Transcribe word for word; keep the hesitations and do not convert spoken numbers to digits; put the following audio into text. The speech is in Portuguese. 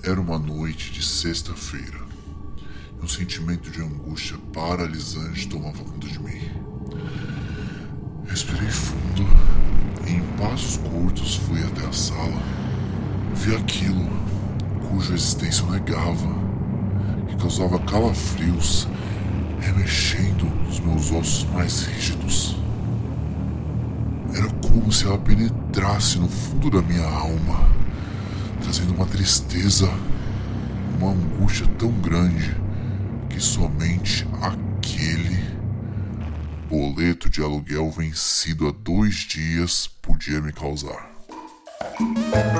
Era uma noite de sexta-feira. Um sentimento de angústia paralisante tomava conta de mim. Respirei fundo e em passos curtos fui até a sala. Vi aquilo cuja existência eu negava, que causava calafrios, remexendo os meus ossos mais rígidos. Era como se ela penetrasse no fundo da minha alma, trazendo uma tristeza, uma angústia tão grande que somente aquele boleto de aluguel vencido há dois dias podia me causar.